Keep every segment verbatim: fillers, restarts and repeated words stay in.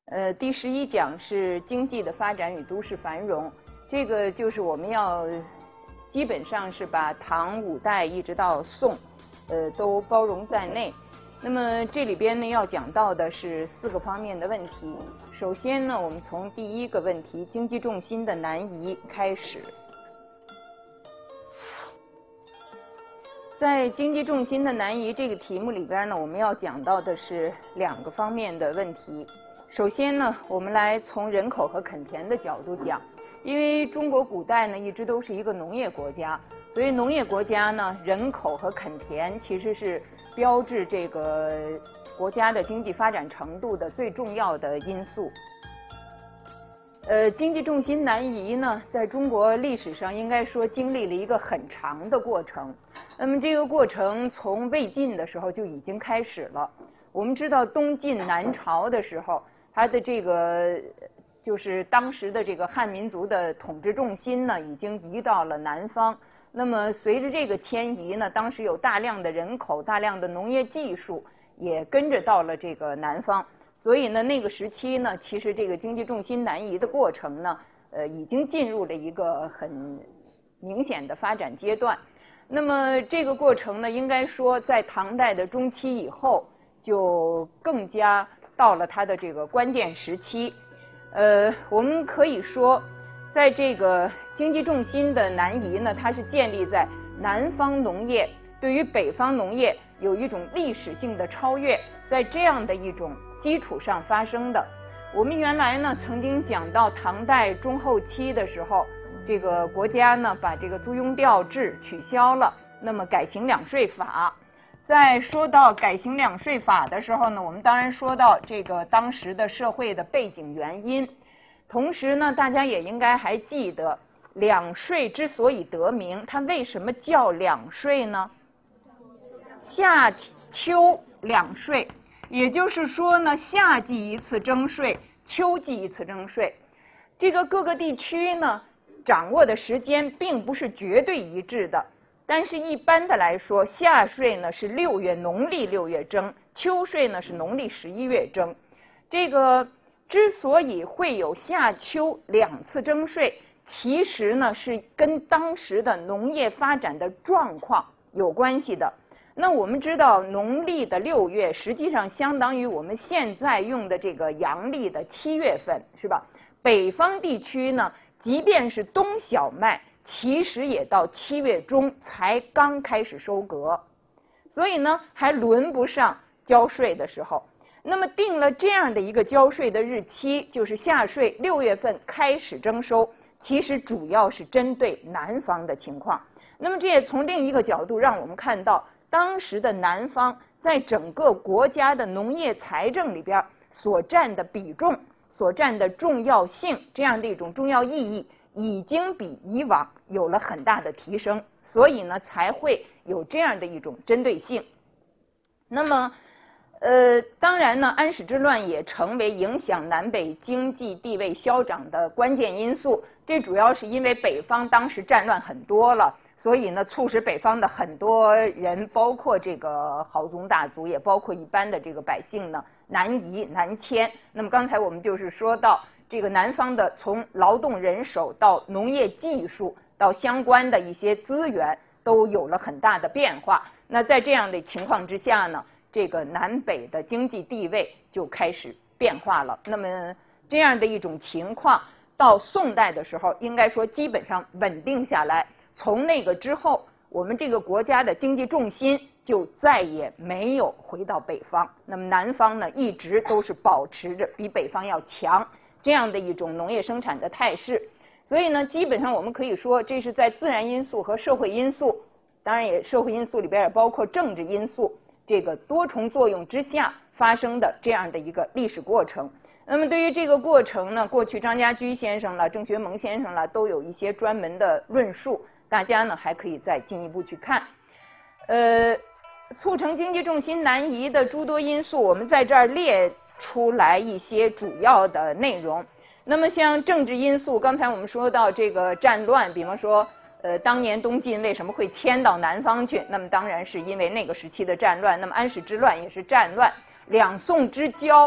呃，第十一讲是经济的发展与都市繁荣，这个就是我们要基本上是把唐、五代一直到宋，呃，都包容在内。那么这里边呢，要讲到的是四个方面的问题。首先呢，我们从第一个问题，经济重心的南移开始。在经济重心的南移这个题目里边呢，我们要讲到的是两个方面的问题。首先呢，我们来从人口和垦田的角度讲，因为中国古代呢一直都是一个农业国家，所以农业国家呢，人口和垦田其实是标志这个国家的经济发展程度的最重要的因素。呃，经济重心南移呢，在中国历史上应该说经历了一个很长的过程。那么这个过程从魏晋的时候就已经开始了。我们知道东晋南朝的时候，它的这个就是当时的这个汉民族的统治重心呢，已经移到了南方。那么随着这个迁移呢，当时有大量的人口、大量的农业技术也跟着到了这个南方。所以呢，那个时期呢，其实这个经济重心南移的过程呢，呃，已经进入了一个很明显的发展阶段。那么这个过程呢，应该说在唐代的中期以后，就更加到了它的这个关键时期。呃，我们可以说，在这个经济重心的南移呢，它是建立在南方农业对于北方农业有一种历史性的超越，在这样的一种基础上发生的。我们原来呢曾经讲到唐代中后期的时候，这个国家呢把这个租庸调制取消了，那么改行两税法。在说到改行两税法的时候呢，我们当然说到这个当时的社会的背景原因。同时呢，大家也应该还记得，两税之所以得名，它为什么叫两税呢？夏秋两税，也就是说呢，夏季一次征税，秋季一次征税。这个各个地区呢，掌握的时间并不是绝对一致的。但是一般的来说，夏税呢是六月农历六月征，秋税呢是农历十一月征。这个之所以会有夏秋两次征税，其实呢是跟当时的农业发展的状况有关系的。那我们知道，农历的六月实际上相当于我们现在用的这个阳历的七月份，是吧？北方地区呢，即便是冬小麦，其实也到七月中才刚开始收割，所以呢还轮不上交税的时候。那么定了这样的一个交税的日期，就是夏税六月份开始征收，其实主要是针对南方的情况。那么这也从另一个角度让我们看到，当时的南方在整个国家的农业财政里边所占的比重、所占的重要性，这样的一种重要意义已经比以往有了很大的提升，所以呢才会有这样的一种针对性。那么呃，当然呢，安史之乱也成为影响南北经济地位消长的关键因素。这主要是因为北方当时战乱很多了，所以呢，促使北方的很多人，包括这个豪族大族，也包括一般的这个百姓呢，南移南迁。那么刚才我们就是说到，这个南方的从劳动人手到农业技术到相关的一些资源，都有了很大的变化。那在这样的情况之下呢，这个南北的经济地位就开始变化了。那么这样的一种情况，到宋代的时候，应该说基本上稳定下来。从那个之后，我们这个国家的经济重心就再也没有回到北方。那么南方呢，一直都是保持着比北方要强这样的一种农业生产的态势。所以呢，基本上我们可以说，这是在自然因素和社会因素，当然也社会因素里边也包括政治因素，这个多重作用之下发生的这样的一个历史过程。那么对于这个过程呢，过去张家驹先生了、郑学蒙先生了都有一些专门的论述，大家呢还可以再进一步去看。呃，促成经济重心南移的诸多因素，我们在这儿列出来一些主要的内容。那么像政治因素，刚才我们说到这个战乱，比方说呃，当年东晋为什么会迁到南方去？那么当然是因为那个时期的战乱。那么安史之乱也是战乱，两宋之交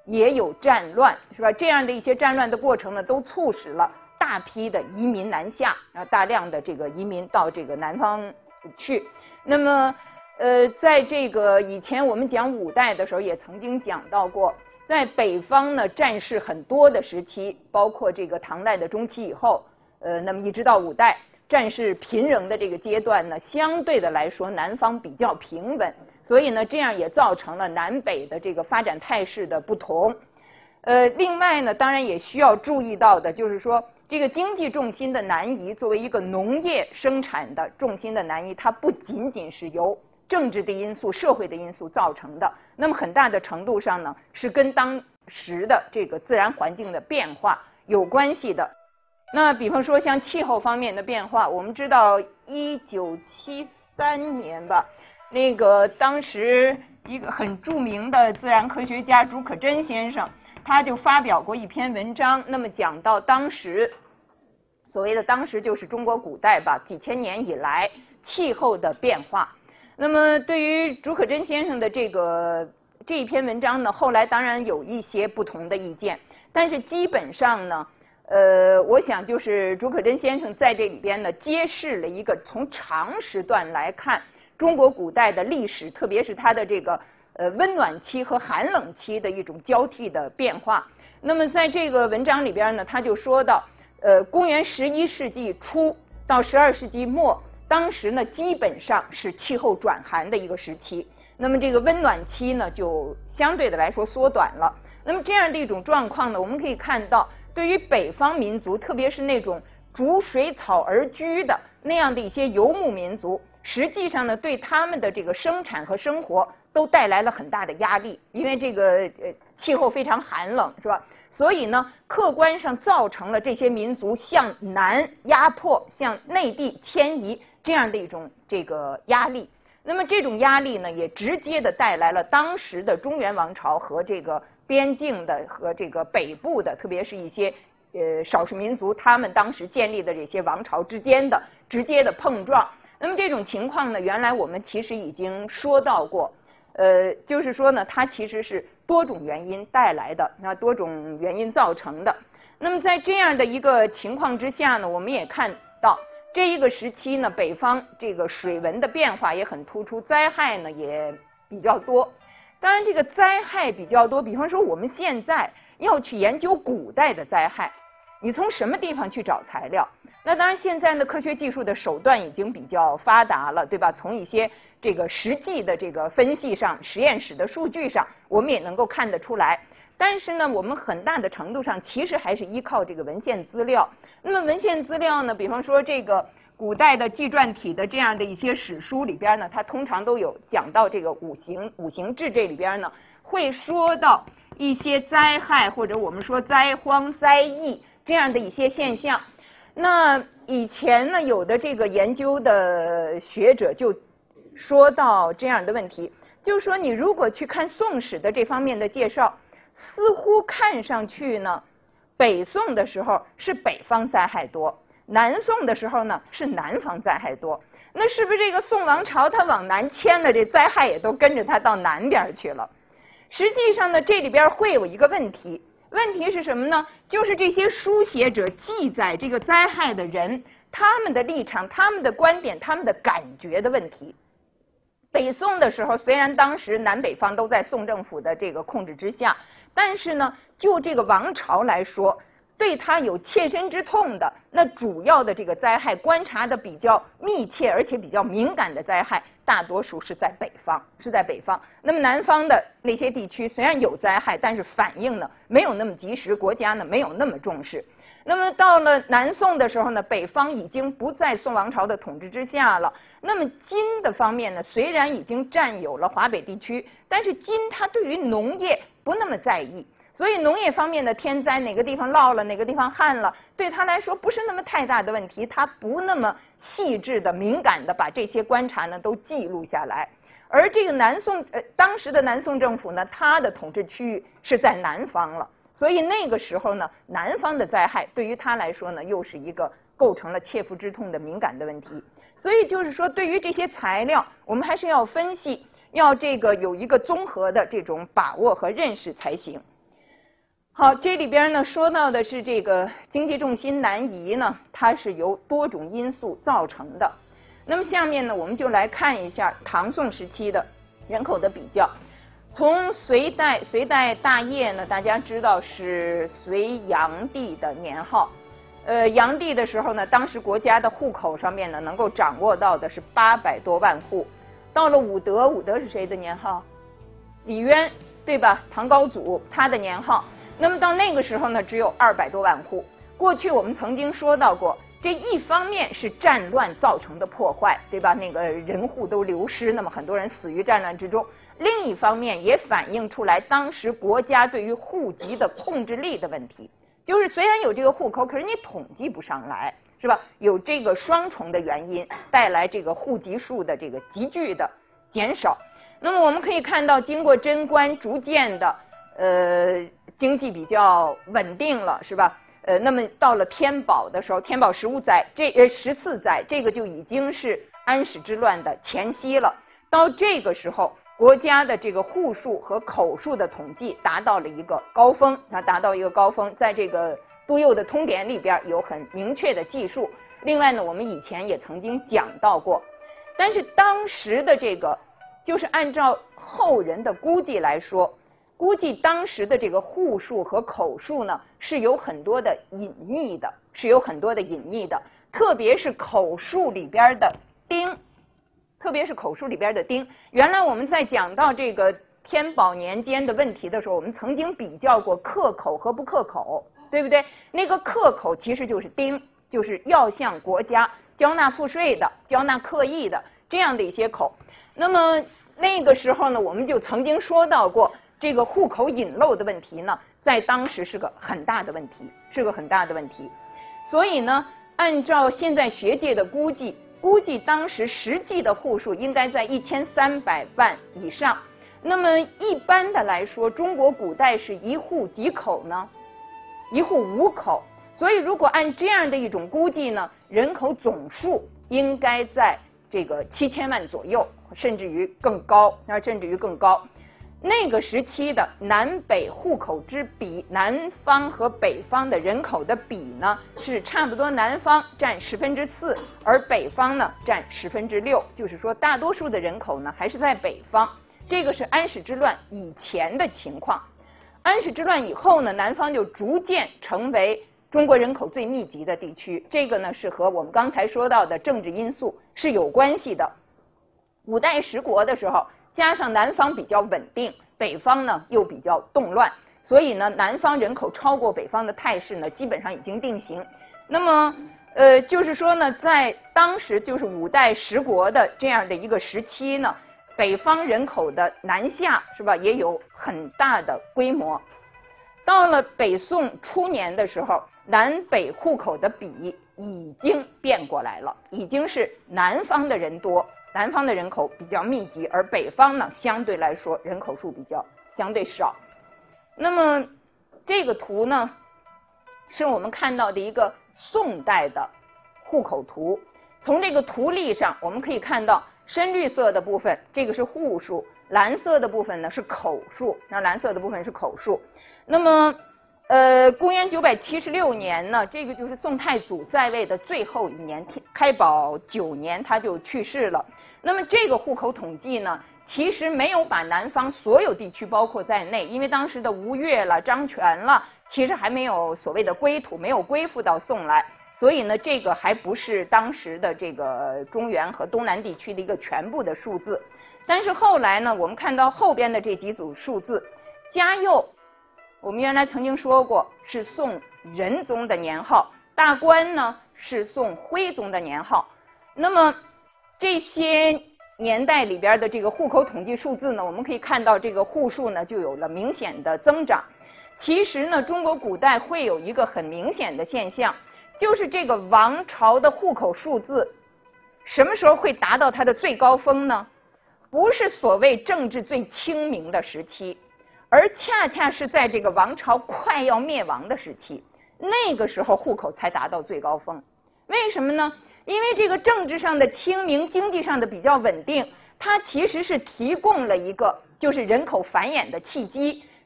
也有战乱，是吧？这样的一些战乱的过程呢，都促使了大批的移民南下，啊，大量的这个移民到这个南方去。那么，呃，在这个以前我们讲五代的时候，也曾经讲到过，在北方呢战事很多的时期，包括这个唐代的中期以后，呃，那么一直到五代。战事频仍的这个阶段呢，相对的来说，南方比较平稳，所以呢，这样也造成了南北的这个发展态势的不同。呃，另外呢，当然也需要注意到的就是说，这个经济重心的南移，作为一个农业生产的重心的南移，它不仅仅是由政治的因素、社会的因素造成的，那么很大的程度上呢，是跟当时的这个自然环境的变化有关系的。那比方说像气候方面的变化，我们知道一九七三年吧，那个当时一个很著名的自然科学家竺可桢先生，他就发表过一篇文章，那么讲到当时所谓的当时就是中国古代吧，几千年以来气候的变化。那么对于竺可桢先生的这个这一篇文章呢，后来当然有一些不同的意见，但是基本上呢。呃，我想就是竺可桢先生在这里边呢，揭示了一个从长时段来看中国古代的历史，特别是它的这个呃温暖期和寒冷期的一种交替的变化。那么在这个文章里边呢，他就说到，呃，公元十一世纪初到十二世纪末，当时呢基本上是气候转寒的一个时期，那么这个温暖期呢就相对的来说缩短了。那么这样的一种状况呢，我们可以看到。对于北方民族，特别是那种逐水草而居的那样的一些游牧民族，实际上呢，对他们的这个生产和生活都带来了很大的压力，因为这个呃气候非常寒冷，是吧？所以呢，客观上造成了这些民族向南压迫、向内地迁移这样的一种这个压力。那么这种压力呢，也直接的带来了当时的中原王朝和这个边境的和这个北部的，特别是一些呃少数民族，他们当时建立的这些王朝之间的直接的碰撞。那么这种情况呢，原来我们其实已经说到过，呃，就是说呢，它其实是多种原因带来的，那多种原因造成的。那么在这样的一个情况之下呢，我们也看到。这一个时期呢，北方这个水文的变化也很突出，灾害呢也比较多。当然，这个灾害比较多，比方说我们现在要去研究古代的灾害，你从什么地方去找材料？那当然，现在呢，科学技术的手段已经比较发达了，对吧？从一些这个实际的这个分析上、实验室的数据上，我们也能够看得出来。但是呢，我们很大的程度上其实还是依靠这个文献资料。那么文献资料呢，比方说这个古代的纪传体的这样的一些史书里边呢，它通常都有讲到这个五行五行志，这里边呢会说到一些灾害或者我们说灾荒灾疫这样的一些现象。那以前呢，有的这个研究的学者就说到这样的问题，就是说你如果去看宋史的这方面的介绍，似乎看上去呢，北宋的时候是北方灾害多，南宋的时候呢是南方灾害多。那是不是这个宋王朝它往南迁了，这灾害也都跟着它到南边去了？实际上呢，这里边会有一个问题，问题是什么呢？就是这些书写者记载这个灾害的人，他们的立场、他们的观点、他们的感觉的问题。北宋的时候，虽然当时南北方都在宋政府的这个控制之下，但是呢，就这个王朝来说，对他有切身之痛的，那主要的这个灾害观察的比较密切，而且比较敏感的灾害，大多数是在北方，是在北方。那么南方的那些地区虽然有灾害，但是反应呢没有那么及时，国家呢没有那么重视。那么到了南宋的时候呢，北方已经不在宋王朝的统治之下了。那么金的方面呢，虽然已经占有了华北地区，但是金它对于农业不那么在意，所以农业方面的天灾，哪个地方涝了，哪个地方旱了，对他来说不是那么太大的问题，他不那么细致的、敏感的把这些观察呢都记录下来。而这个南宋呃当时的南宋政府呢，它的统治区域是在南方了。所以那个时候呢，南方的灾害对于他来说呢，又是一个构成了切肤之痛的敏感的问题。所以就是说，对于这些材料，我们还是要分析，要这个有一个综合的这种把握和认识才行。 好，这里边呢说到的是这个经济重心南移呢，它是由多种因素造成的。那么下面呢，我们就来看一下唐宋时期的人口的比较。从隋代，隋代大业呢，大家知道是隋炀帝的年号。呃，炀帝的时候呢，当时国家的户口上面呢，能够掌握到的是八百多万户。到了武德，武德是谁的年号？李渊，对吧？唐高祖他的年号。那么到那个时候呢，只有二百多万户。过去我们曾经说到过，这一方面是战乱造成的破坏，对吧？那个人户都流失，那么很多人死于战乱之中。另一方面也反映出来当时国家对于户籍的控制力的问题，就是虽然有这个户口，可是你统计不上来，是吧？有这个双重的原因带来这个户籍数的这个急剧的减少。那么我们可以看到，经过贞观逐渐的呃经济比较稳定了，是吧？呃，那么到了天宝的时候，天宝十五载，这呃十四载，这个就已经是安史之乱的前夕了。到这个时候，国家的这个户数和口数的统计达到了一个高峰，啊，达到一个高峰，在这个杜佑的通典里边有很明确的记述。另外呢，我们以前也曾经讲到过，但是当时的这个，就是按照后人的估计来说，估计当时的这个户数和口数呢，是有很多的隐匿的，是有很多的隐匿的，特别是口数里边的丁。特别是口述里边的丁，原来我们在讲到这个天宝年间的问题的时候，我们曾经比较过克口和不克口，对不对？那个克口其实就是丁，就是要向国家交纳赋税的、交纳课役的这样的一些口。那么那个时候呢，我们就曾经说到过，这个户口隐漏的问题呢，在当时是个很大的问题，是个很大的问题。所以呢，按照现在学界的估计。估计当时实际的户数应该在一千三百万以上。那么一般的来说，中国古代是一户几口呢？一户五口。所以如果按这样的一种估计呢，人口总数应该在这个七千万左右，甚至于更高，那甚至于更高。那个时期的南北户口之比，南方和北方的人口的比呢，是差不多南方占十分之四，而北方呢占十分之六，就是说大多数的人口呢还是在北方。这个是安史之乱以前的情况。安史之乱以后呢，南方就逐渐成为中国人口最密集的地区。这个呢是和我们刚才说到的政治因素是有关系的。五代十国的时候，加上南方比较稳定，北方呢又比较动乱，所以呢南方人口超过北方的态势呢基本上已经定型。那么呃就是说呢，在当时就是五代十国的这样的一个时期呢，北方人口的南下是吧，也有很大的规模。到了北宋初年的时候，南北户口的比已经变过来了，已经是南方的人多。南方的人口比较密集，而北方呢相对来说人口数比较相对少。那么这个图呢，是我们看到的一个宋代的户口图。从这个图例上，我们可以看到深绿色的部分，这个是户数；蓝色的部分呢是口数。那蓝色的部分是口数。那么呃，公元九百七十六年呢，这个就是宋太祖在位的最后一年，开宝九年他就去世了。那么这个户口统计呢，其实没有把南方所有地区包括在内，因为当时的吴越了、张权了，其实还没有所谓的归土，没有归附到宋来，所以呢，这个还不是当时的这个中原和东南地区的一个全部的数字。但是后来呢，我们看到后边的这几组数字，嘉佑，我们原来曾经说过是宋仁宗的年号，大观呢是宋徽宗的年号。那么这些年代里边的这个户口统计数字呢，我们可以看到这个户数呢就有了明显的增长。其实呢，中国古代会有一个很明显的现象，就是这个王朝的户口数字什么时候会达到它的最高峰呢？不是所谓政治最清明的时期，而恰恰是在这个王朝快要灭亡的时期，那个时候户口才达到最高峰。为什么呢？因为这个政治上的清明，经济上的比较稳定，它其实是提供了一个就是人口繁衍的契机，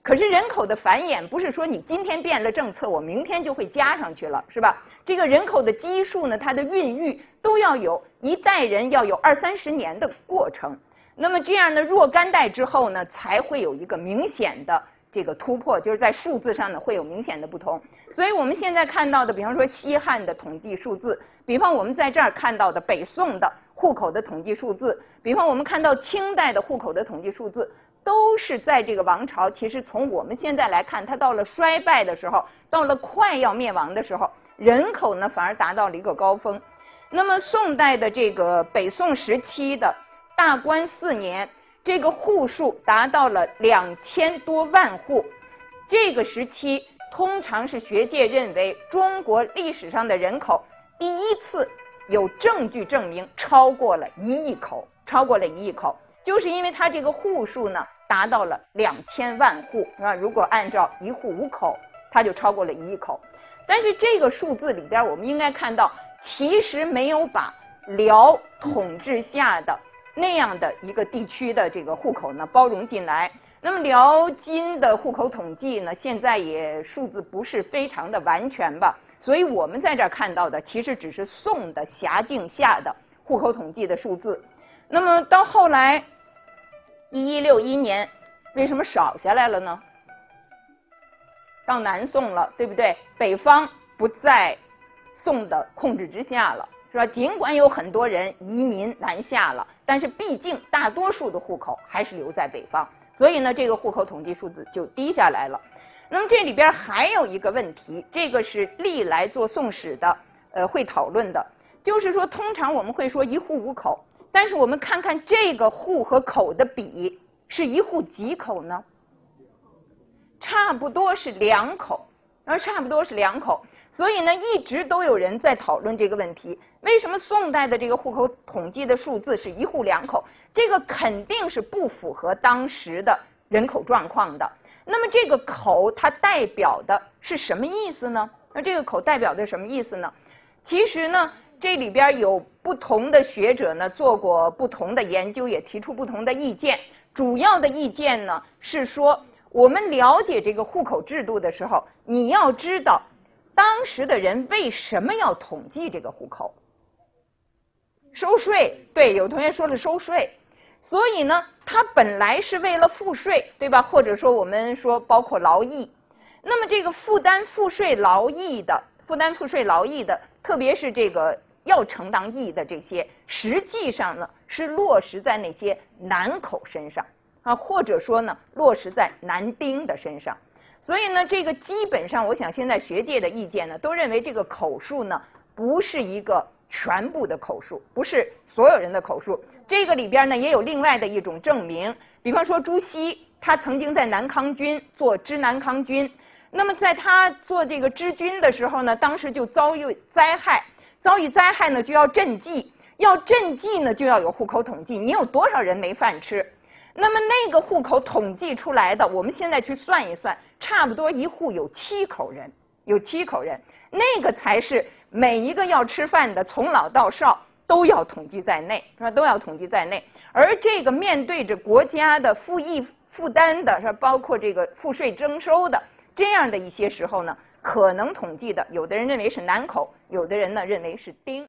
可是人口的繁衍不是说你今天变了政策，我明天就会加上去了，是吧？这个人口的基数呢，它的孕育都要有一代人要有二三十年的过程。那么这样呢，若干代之后呢，才会有一个明显的这个突破，就是在数字上呢会有明显的不同。所以我们现在看到的，比方说西汉的统计数字，比方我们在这儿看到的北宋的户口的统计数字，比方我们看到清代的户口的统计数字，都是在这个王朝，其实从我们现在来看，它到了衰败的时候，到了快要灭亡的时候，人口呢反而达到了一个高峰。那么宋代的这个北宋时期的大观四年，这个户数达到了两千多万户。这个时期通常是学界认为中国历史上的人口第一次有证据证明超过了一亿口，超过了一亿口，就是因为它这个户数呢达到了两千万户啊。如果按照一户五口，它就超过了一亿口。但是这个数字里边，我们应该看到，其实没有把辽统治下的那样的一个地区的这个户口呢包容进来。那么辽金的户口统计呢，现在也数字不是非常的完全吧，所以我们在这儿看到的其实只是宋的辖境下的户口统计的数字。那么到后来一一六一年，为什么少下来了呢？到南宋了，对不对？北方不在宋的控制之下了，是吧？尽管有很多人移民南下了，但是毕竟大多数的户口还是留在北方，所以呢，这个户口统计数字就低下来了。那么这里边还有一个问题，这个是历来做宋史的呃会讨论的，就是说，通常我们会说一户五口，但是我们看看这个户和口的比，是一户几口呢？差不多是两口，然后差不多是两口。所以呢，一直都有人在讨论这个问题：为什么宋代的这个户口统计的数字是一户两口？这个肯定是不符合当时的人口状况的。那么这个口它代表的是什么意思呢？那这个口代表的什么意思呢？其实呢，这里边有不同的学者呢做过不同的研究，也提出不同的意见。主要的意见呢是说，我们了解这个户口制度的时候，你要知道当时的人为什么要统计这个户口？收税，对，有同学说了收税。所以呢，它本来是为了赋税，对吧？或者说我们说包括劳役。那么这个负担赋税劳役的，负担赋税劳役的，特别是这个要承当役的这些，实际上呢是落实在那些南口身上啊，或者说呢落实在男丁的身上。所以呢，这个基本上，我想现在学界的意见呢，都认为这个口数呢不是一个全部的口数，不是所有人的口数。这个里边呢也有另外的一种证明，比方说朱熹，他曾经在南康军做知南康军，那么在他做这个知军的时候呢，当时就遭遇灾害，遭遇灾害呢就要赈济，要赈济呢就要有户口统计，你有多少人没饭吃？那么那个户口统计出来的，我们现在去算一算，差不多一户有七口人，有七口人，那个才是每一个要吃饭的，从老到少都要统计在内，是吧？都要统计在内。而这个面对着国家的赋役负担的，是吧？包括这个赋税征收的这样的一些时候呢，可能统计的，有的人认为是南口，有的人呢认为是丁。